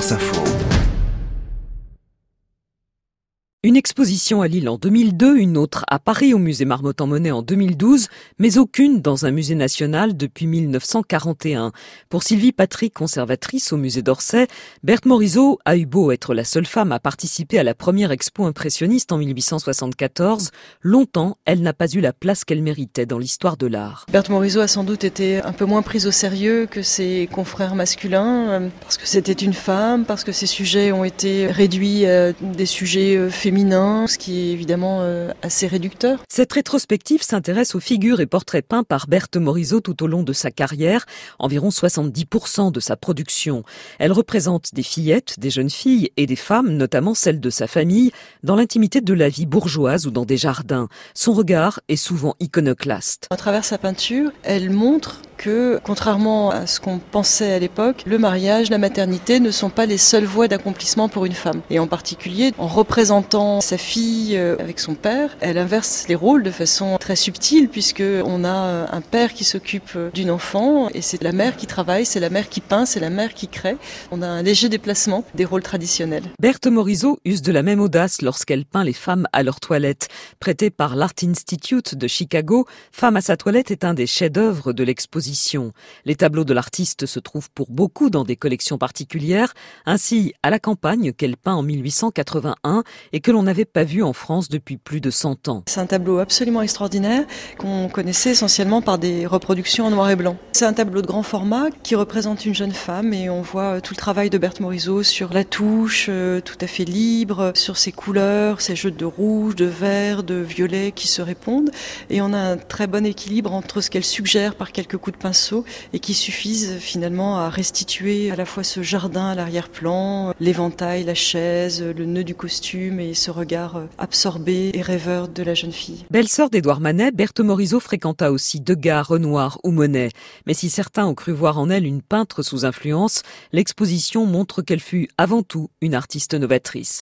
France Info. Une exposition à Lille en 2002, une autre à Paris au musée Marmottan-Monet en 2012, mais aucune dans un musée national depuis 1941. Pour Sylvie Patry, conservatrice au musée d'Orsay, Berthe Morisot a eu beau être la seule femme à participer à la première expo impressionniste en 1874. Longtemps, elle n'a pas eu la place qu'elle méritait dans l'histoire de l'art. Berthe Morisot a sans doute été un peu moins prise au sérieux que ses confrères masculins, parce que c'était une femme, parce que ses sujets ont été réduits à des sujets féminins, ce qui est évidemment assez réducteur. Cette rétrospective s'intéresse aux figures et portraits peints par Berthe Morisot tout au long de sa carrière, environ 70% de sa production. Elle représente des fillettes, des jeunes filles et des femmes, notamment celles de sa famille, dans l'intimité de la vie bourgeoise ou dans des jardins. Son regard est souvent iconoclaste. À travers sa peinture, elle montre que, contrairement à ce qu'on pensait à l'époque, le mariage, la maternité ne sont pas les seules voies d'accomplissement pour une femme. Et en particulier, en représentant sa fille avec son père, elle inverse les rôles de façon très subtile, puisqu'on a un père qui s'occupe d'une enfant, et c'est la mère qui travaille, c'est la mère qui peint, c'est la mère qui crée. On a un léger déplacement des rôles traditionnels. Berthe Morisot use de la même audace lorsqu'elle peint les femmes à leur toilette. Prêtée par l'Art Institute de Chicago, Femme à sa toilette est un des chefs-d'œuvre de l'exposition. Les tableaux de l'artiste se trouvent pour beaucoup dans des collections particulières, ainsi à la campagne qu'elle peint en 1881 et que l'on n'avait pas vu en France depuis plus de 100 ans. C'est un tableau absolument extraordinaire qu'on connaissait essentiellement par des reproductions en noir et blanc. C'est un tableau de grand format qui représente une jeune femme et on voit tout le travail de Berthe Morisot sur la touche, tout à fait libre, sur ses couleurs, ses jeux de rouge, de vert, de violet qui se répondent, et on a un très bon équilibre entre ce qu'elle suggère par quelques coups de pinceau et qui suffisent finalement à restituer à la fois ce jardin à l'arrière-plan, l'éventail, la chaise, le nœud du costume et ce regard absorbé et rêveur de la jeune fille. Belle-sœur d'Édouard Manet, Berthe Morisot fréquenta aussi Degas, Renoir ou Monet. Mais si certains ont cru voir en elle une peintre sous influence, l'exposition montre qu'elle fut avant tout une artiste novatrice.